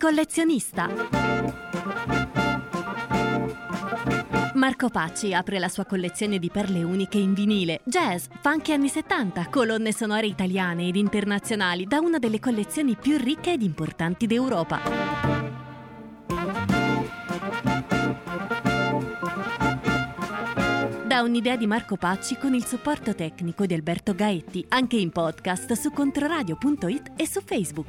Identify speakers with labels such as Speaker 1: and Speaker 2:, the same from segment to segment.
Speaker 1: collezionista. Marco Pacci apre la sua collezione di perle uniche in vinile, jazz, funk anni 70, colonne sonore italiane ed internazionali da una delle collezioni più ricche ed importanti d'Europa. Da un'idea di Marco Pacci con il supporto tecnico di Alberto Gaetti, anche in podcast su controradio.it e su Facebook.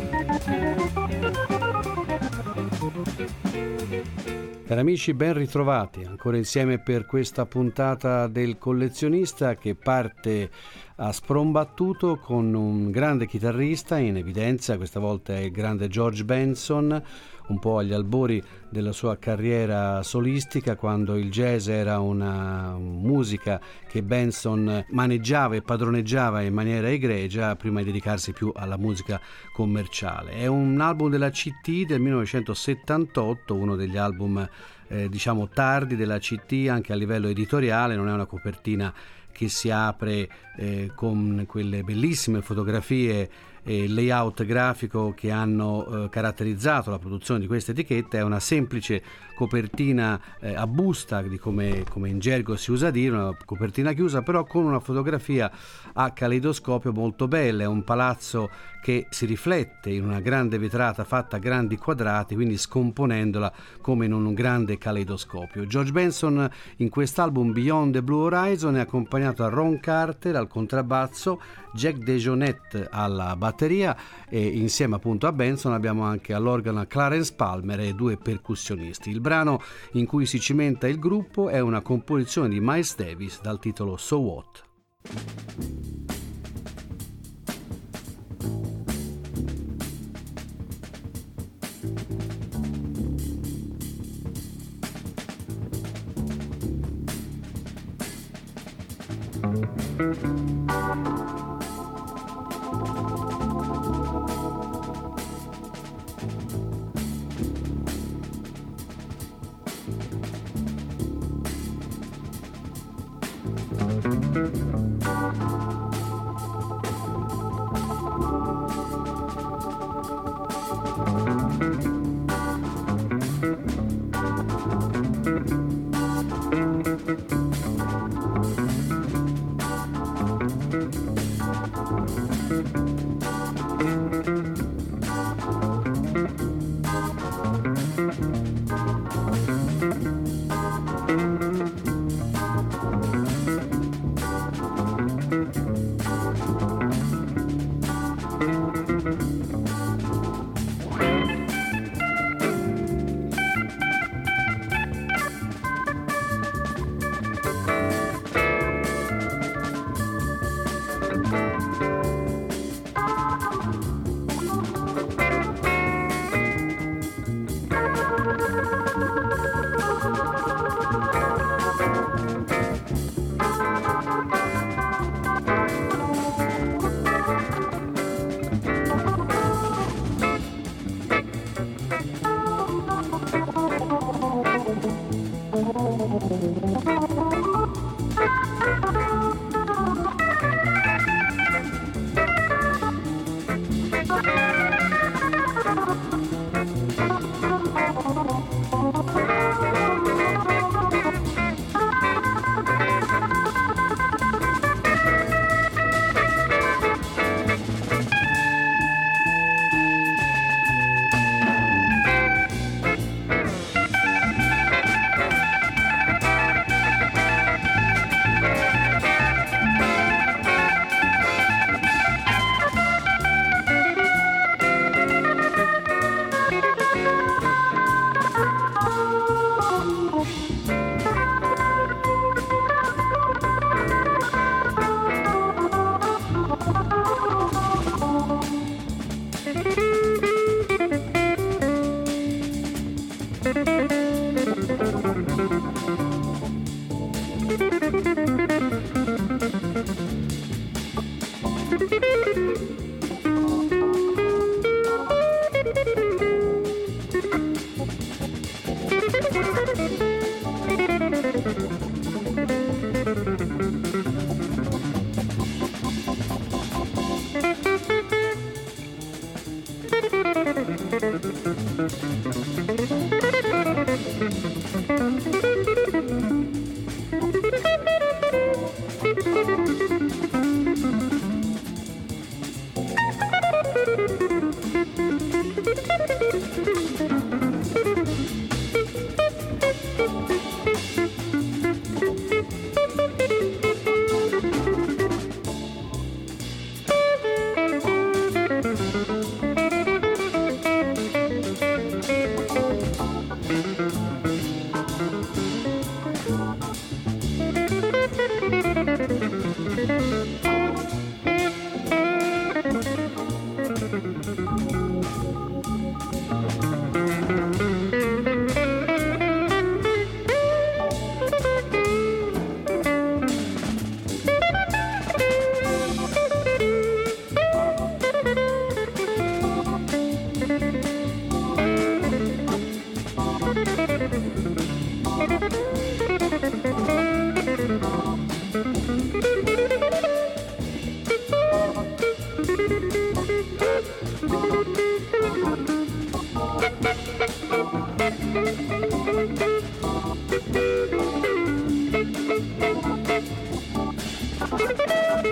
Speaker 2: Cari amici, ben ritrovati ancora insieme per questa puntata del collezionista che parte a sprombattuto con un grande chitarrista in evidenza. Questa volta è il grande George Benson, un po' agli albori della sua carriera solistica, quando il jazz era una musica che Benson maneggiava e padroneggiava in maniera egregia prima di dedicarsi più alla musica commerciale. È un album della CT del 1978, uno degli album diciamo tardi della CT anche a livello editoriale. Non è una copertina che si apre con quelle bellissime fotografie e layout grafico che hanno caratterizzato la produzione di questa etichetta. È una semplice copertina a busta, di come in gergo si usa dire, una copertina chiusa, però con una fotografia a caleidoscopio molto bella. È un palazzo che si riflette in una grande vetrata fatta a grandi quadrati, quindi scomponendola come in un grande caleidoscopio. George Benson in quest'album Beyond the Blue Horizon è accompagnato da Ron Carter al contrabbasso, Jack DeJohnette alla batteria e insieme appunto a Benson abbiamo anche all'organo Clarence Palmer e due percussionisti. Il brano in cui si cimenta il gruppo è una composizione di Miles Davis dal titolo So What.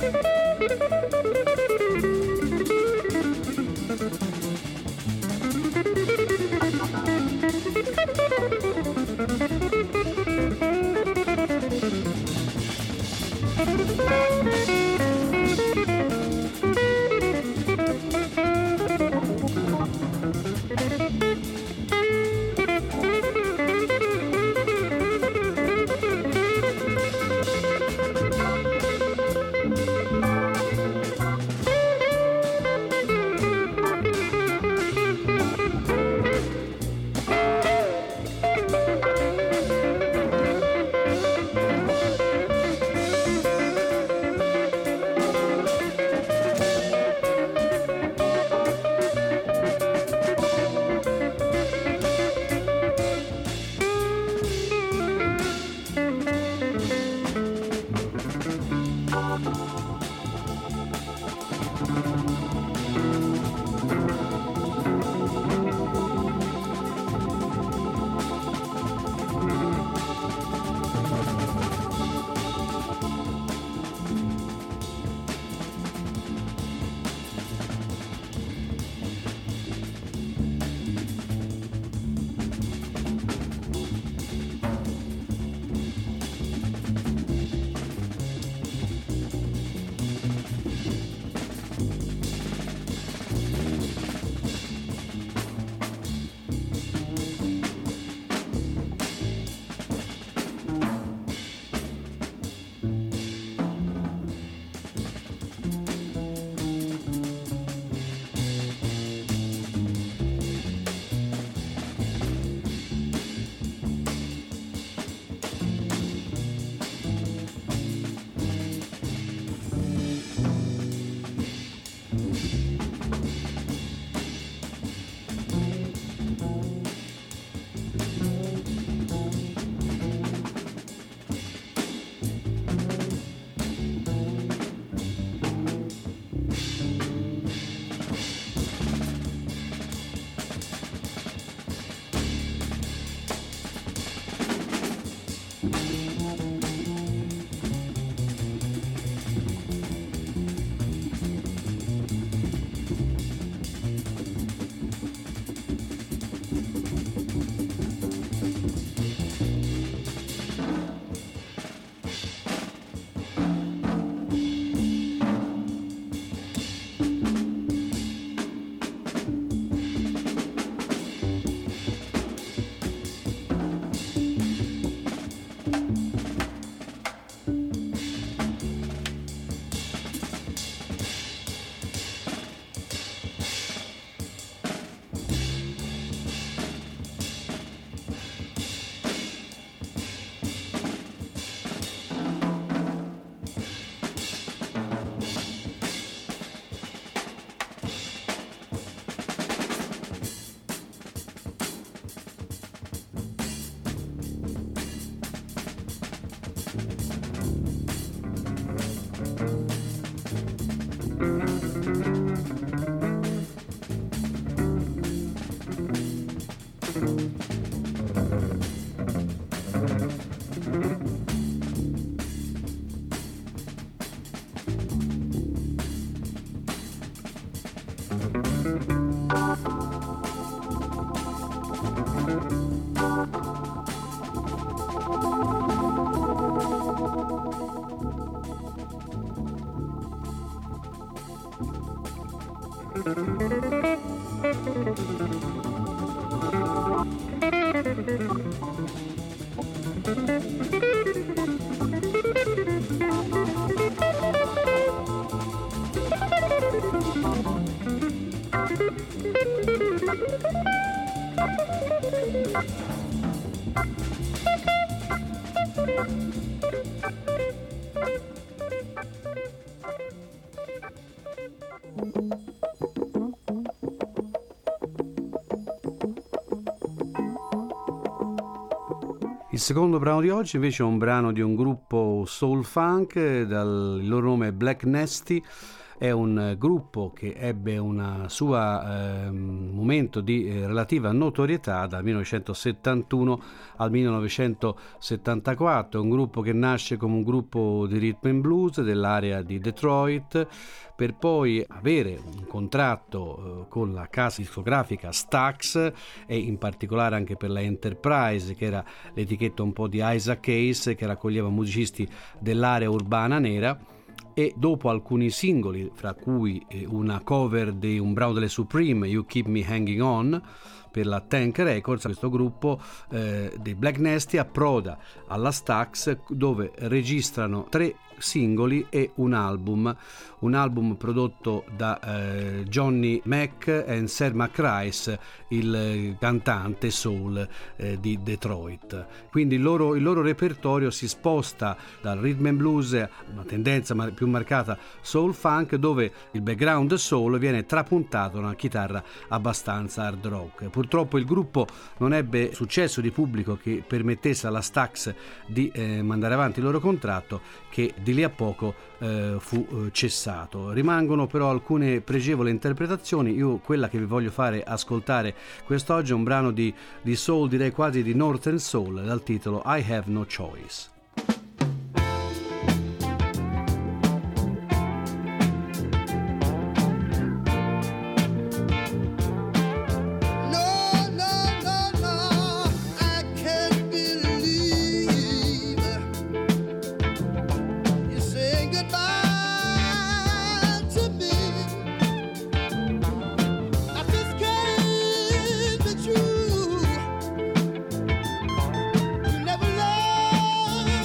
Speaker 2: Il secondo brano di oggi invece è un brano di un gruppo soul funk, il loro nome è Black Nasty. è un gruppo che ebbe una sua momento di relativa notorietà dal 1971 al 1974, un gruppo che nasce come un gruppo di rhythm and blues dell'area di Detroit, per poi avere un contratto con la casa discografica Stax e in particolare anche per la Enterprise, che era l'etichetta un po' di Isaac Hayes, che raccoglieva musicisti dell'area urbana nera. E dopo alcuni singoli, fra cui una cover di un brano delle Supreme, You Keep Me Hanging On, per la Tank Records, questo gruppo dei Black Nasty approda alla Stax, dove registrano 3 singoli e un album prodotto da Johnny Mac e Sir McRice, il cantante soul di Detroit. Quindi il loro repertorio si sposta dal rhythm and blues a una tendenza più marcata soul funk, dove il background soul viene trapuntato da una chitarra abbastanza hard rock. Purtroppo il gruppo non ebbe successo di pubblico che permettesse alla Stax di mandare avanti il loro contratto, che di lì a poco fu cessato. Rimangono però alcune pregevoli interpretazioni. Io quella che vi voglio fare ascoltare quest'oggi è un brano di soul, direi quasi di Northern Soul, dal titolo I Have No Choice.
Speaker 3: Never loved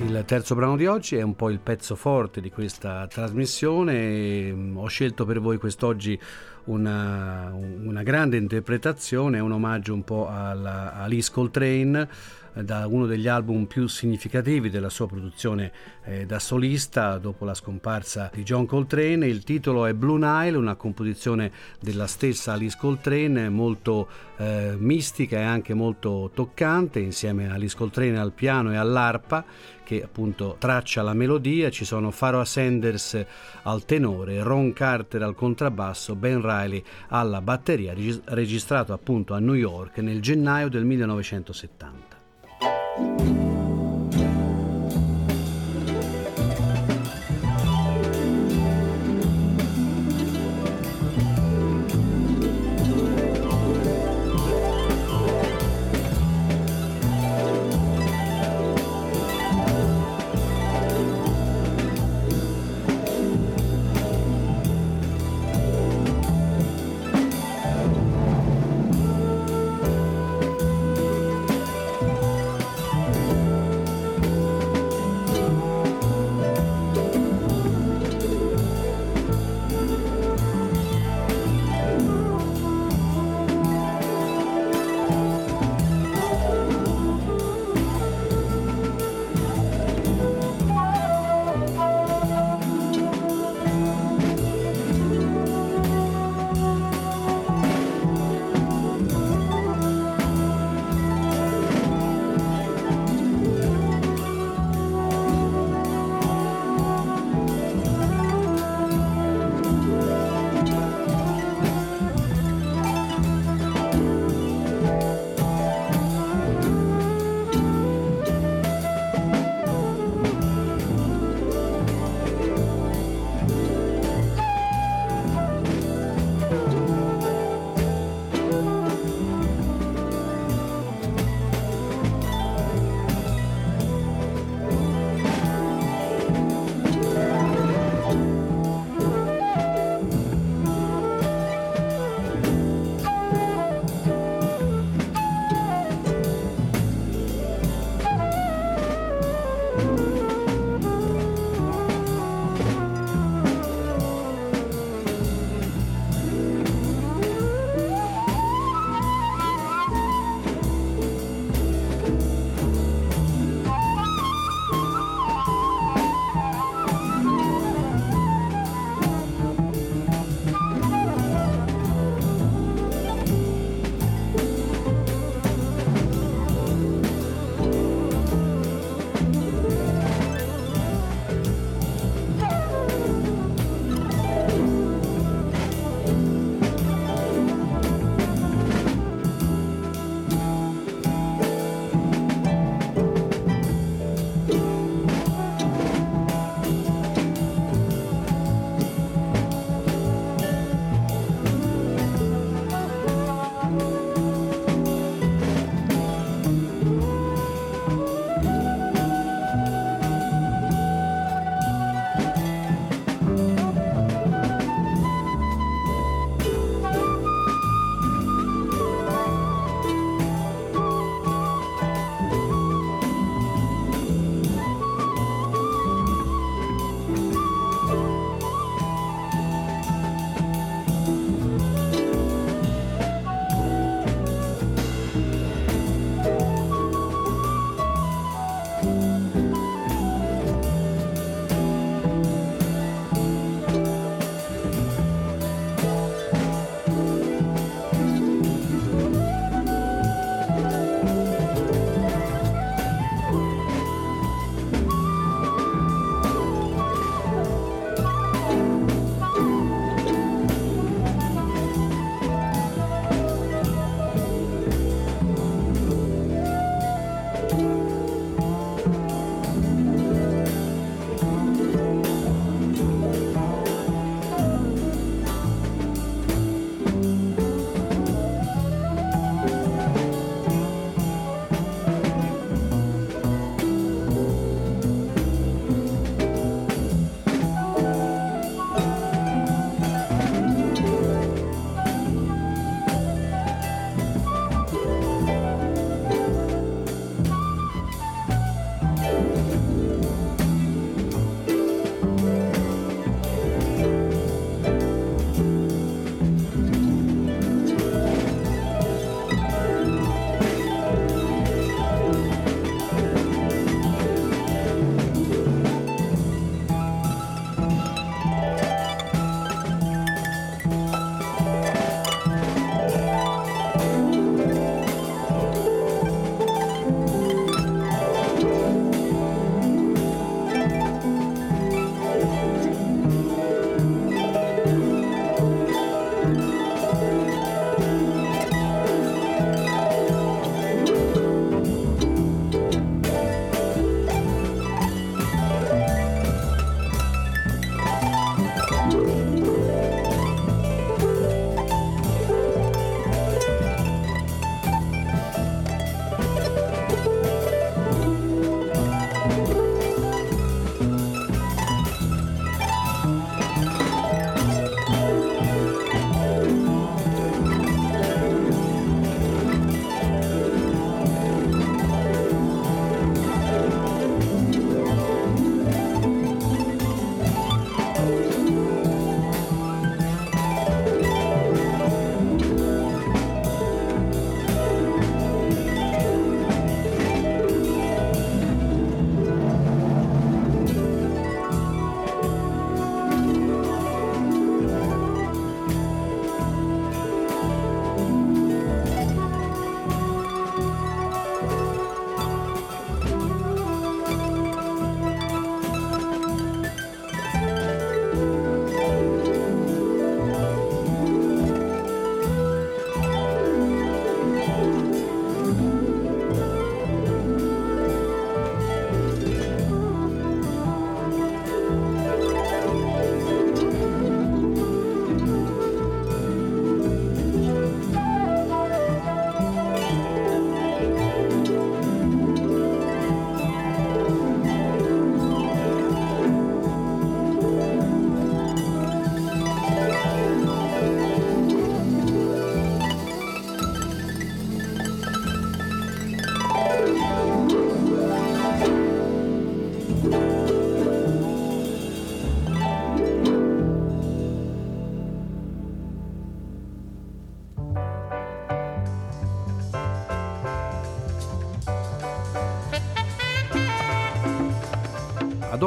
Speaker 2: Il terzo brano di oggi è un po' il pezzo forte di questa trasmissione. Ho scelto per voi quest'oggi una grande interpretazione, un omaggio un po' a Alice Coltrane, da uno degli album più significativi della sua produzione da solista dopo la scomparsa di John Coltrane. Il titolo è Blue Nile, una composizione della stessa Alice Coltrane, molto mistica e anche molto toccante, insieme a Alice Coltrane al piano e all'arpa, che appunto traccia la melodia. Ci sono Pharoah Sanders al tenore, Ron Carter al contrabbasso, Ben Riley alla batteria, registrato appunto a New York nel gennaio del 1970.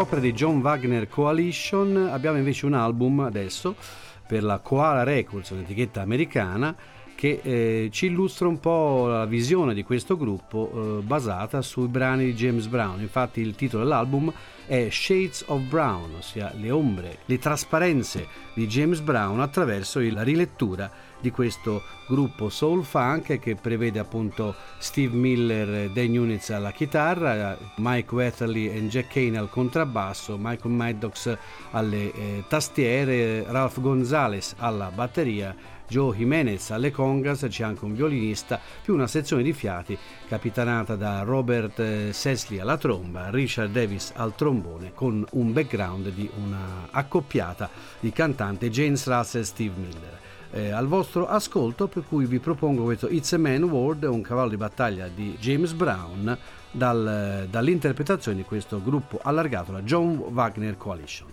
Speaker 2: un'opera di John Wagner Coalition. Abbiamo invece un album adesso per la Koala Records, un'etichetta americana, che ci illustra un po' la visione di questo gruppo basata sui brani di James Brown. Infatti il titolo dell'album è Shades of Brown, ossia le ombre, le trasparenze di James Brown attraverso la rilettura di questo gruppo soul funk che prevede appunto Steve Miller e Dan Unitz alla chitarra, Mike Wetherly e Jack Kane al contrabbasso, Michael Maddox alle tastiere, Ralph Gonzalez alla batteria, Joe Jimenez alle congas, c'è anche un violinista, più una sezione di fiati capitanata da Robert Sesley alla tromba, Richard Davis al trombone, con un background di una accoppiata di cantante James Russell e Steve Miller. Al vostro ascolto, per cui vi propongo questo It's a Man World, un cavallo di battaglia di James Brown dall'interpretazione di questo gruppo allargato, la John Wagner Coalition.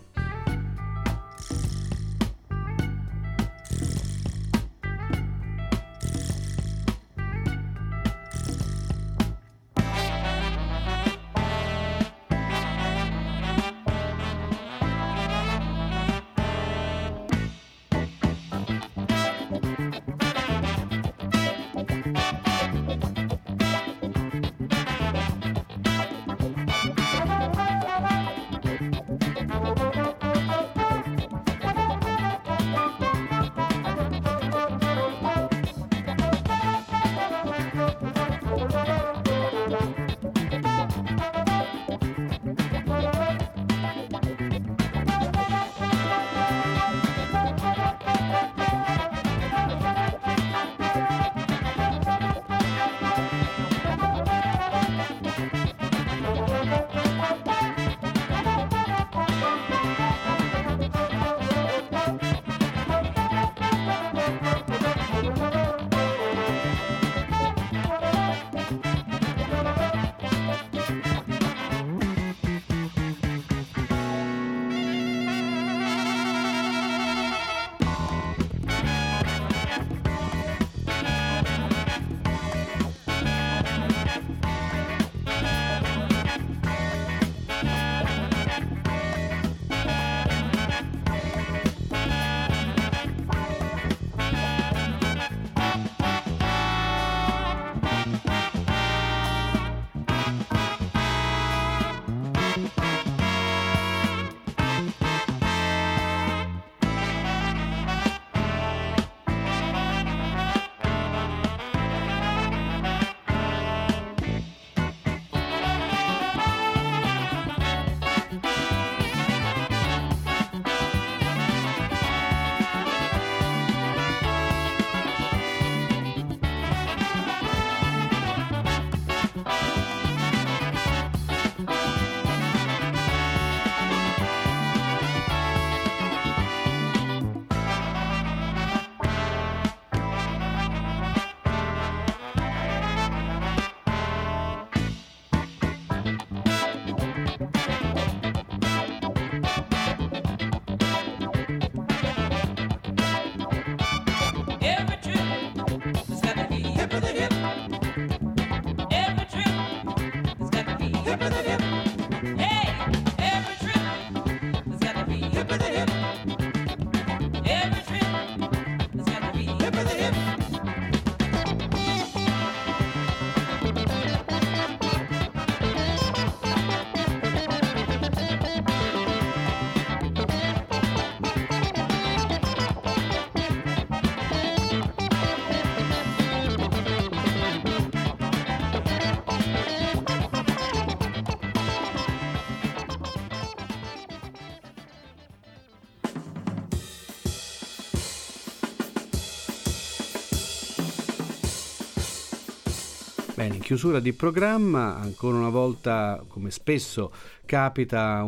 Speaker 2: Bene, in chiusura di programma, ancora una volta, come spesso capita,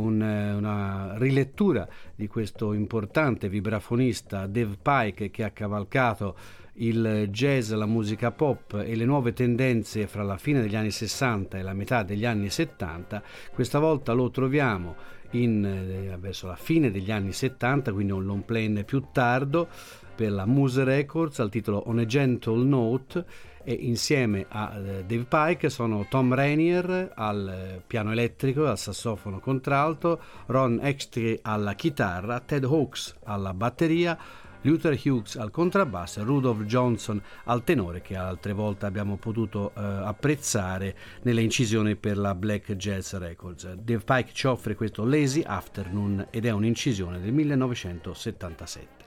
Speaker 2: una rilettura di questo importante vibrafonista Dave Pike, che ha cavalcato il jazz, la musica pop e le nuove tendenze fra la fine degli anni 60 e la metà degli anni 70. Questa volta lo troviamo verso la fine degli anni 70, quindi un long play più tardo per la Muse Records al titolo On a Gentle Note, e insieme a Dave Pike sono Tom Rainier al piano elettrico e al sassofono contralto, Ron Extree alla chitarra, Ted Hawkes alla batteria, Luther Hughes al contrabbasso e Rudolph Johnson al tenore, che altre volte abbiamo potuto apprezzare nelle incisioni per la Black Jazz Records. Dave Pike ci offre questo Lazy Afternoon ed è un'incisione del 1977.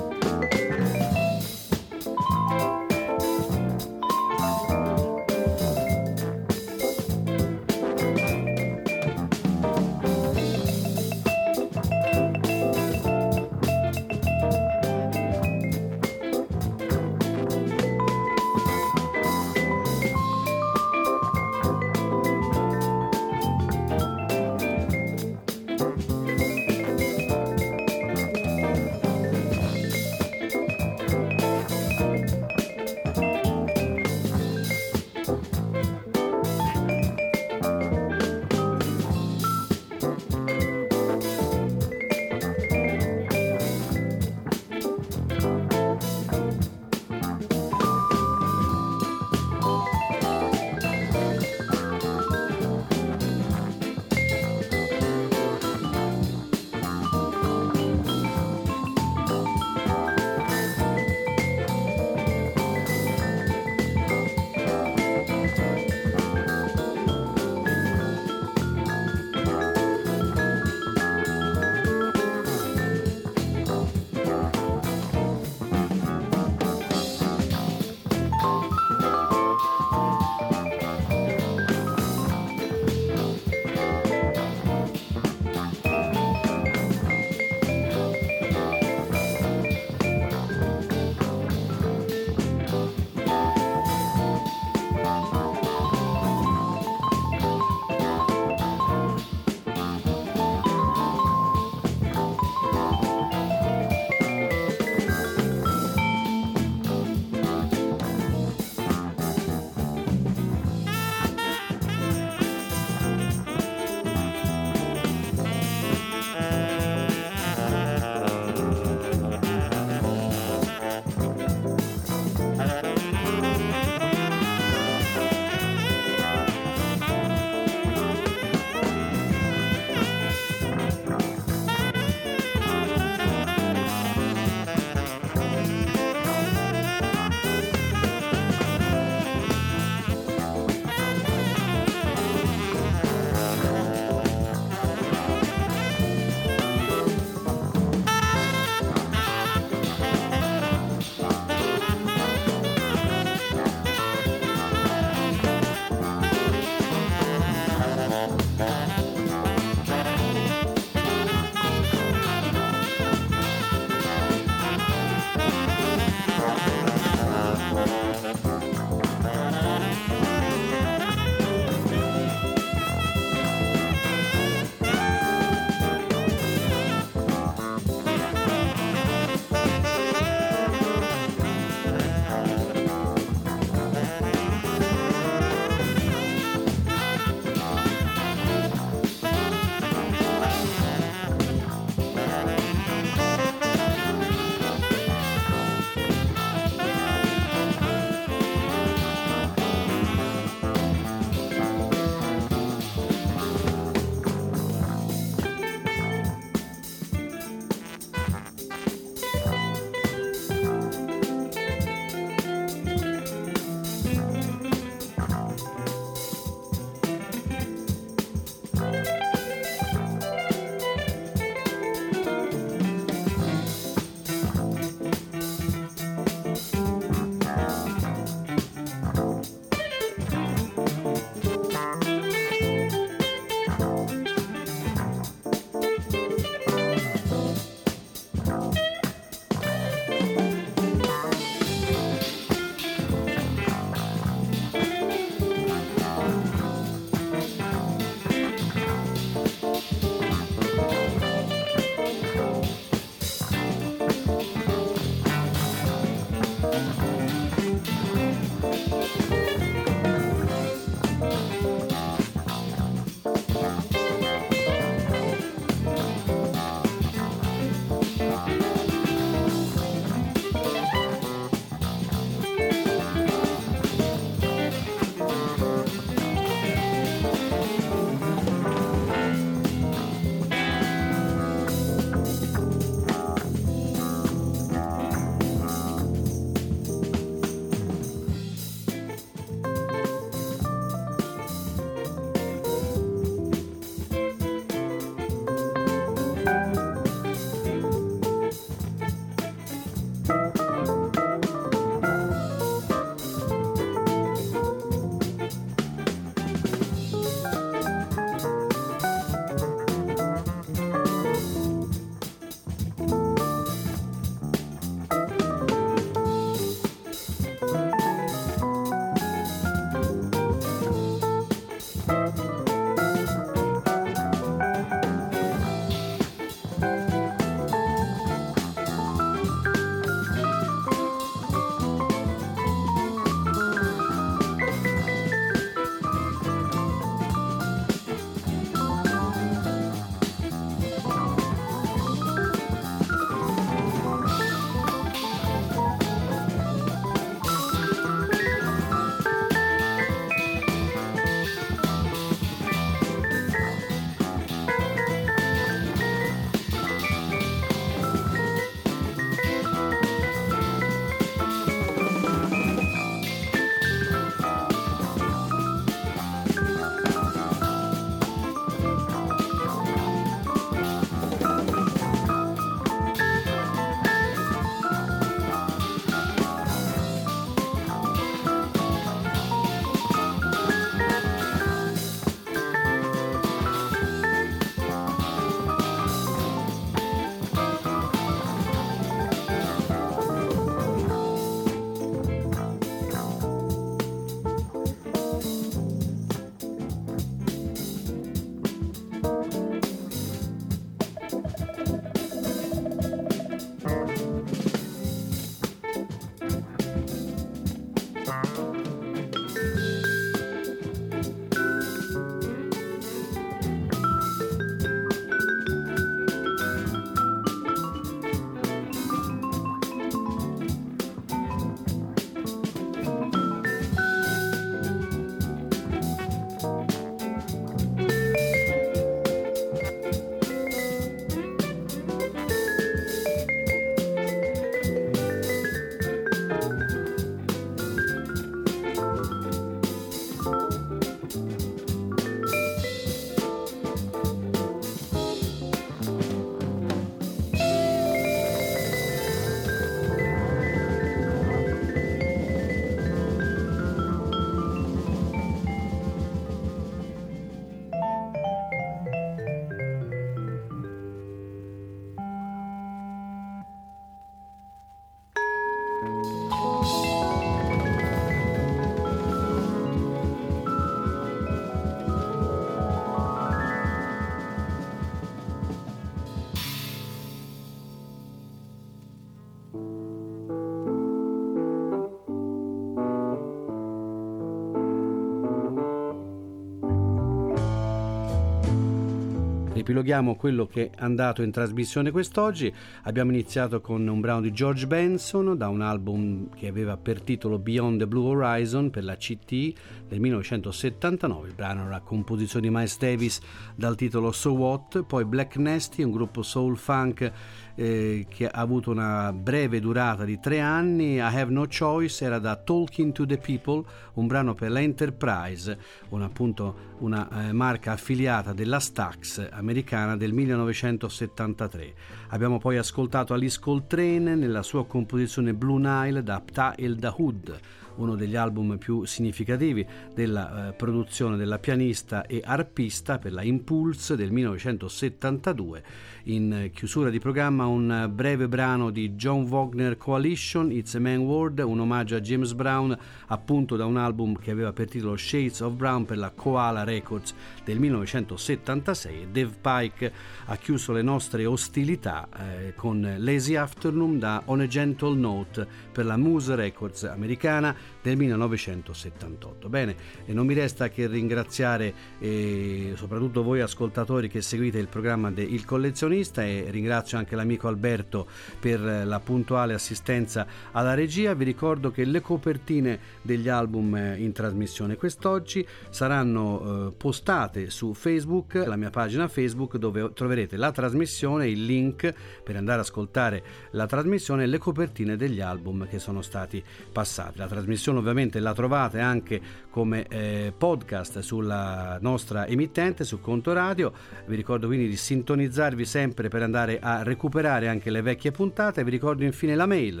Speaker 2: Riepiloghiamo quello che è andato in trasmissione quest'oggi. Abbiamo iniziato con un brano di George Benson da un album che aveva per titolo Beyond the Blue Horizon per la CT del 1979. Il brano era composizione di Miles Davis dal titolo So What. Poi Black Nasty, un gruppo soul funk che ha avuto una breve durata di 3 anni. I Have No Choice era da Talking to the People, un brano per la Enterprise, una marca affiliata della Stax americana del 1973. Abbiamo poi ascoltato Alice Coltrane nella sua composizione Blue Nile da Ptah El Dahoud, uno degli album più significativi della produzione della pianista e arpista per la Impulse del 1972. In chiusura di programma un breve brano di John Wagner Coalition, It's a Man World, un omaggio a James Brown appunto da un album che aveva per titolo Shades of Brown per la Koala Records del 1976. Dave Pike ha chiuso le nostre ostilità con Lazy Afternoon da On a Gentle Note per la Muse Records americana del 1978. Bene, e non mi resta che ringraziare soprattutto voi ascoltatori che seguite il programma de Il Collezionista, e ringrazio anche l'amico Alberto per la puntuale assistenza alla regia. Vi ricordo che le copertine degli album in trasmissione quest'oggi saranno postate su Facebook, la mia pagina Facebook, dove troverete la trasmissione, il link per andare ad ascoltare la trasmissione e le copertine degli album che sono stati passati. La trasmissione ovviamente la trovate anche come podcast sulla nostra emittente, su Conto Radio. Vi ricordo quindi di sintonizzarvi sempre per andare a recuperare anche le vecchie puntate. Vi ricordo infine la mail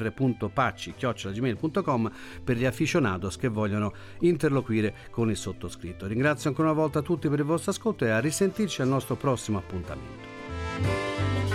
Speaker 2: mr.pacci@gmail.com per gli aficionados che vogliono interloquire con il sottoscritto. Ringrazio ancora una volta tutti per il vostro ascolto e a risentirci al nostro prossimo appuntamento.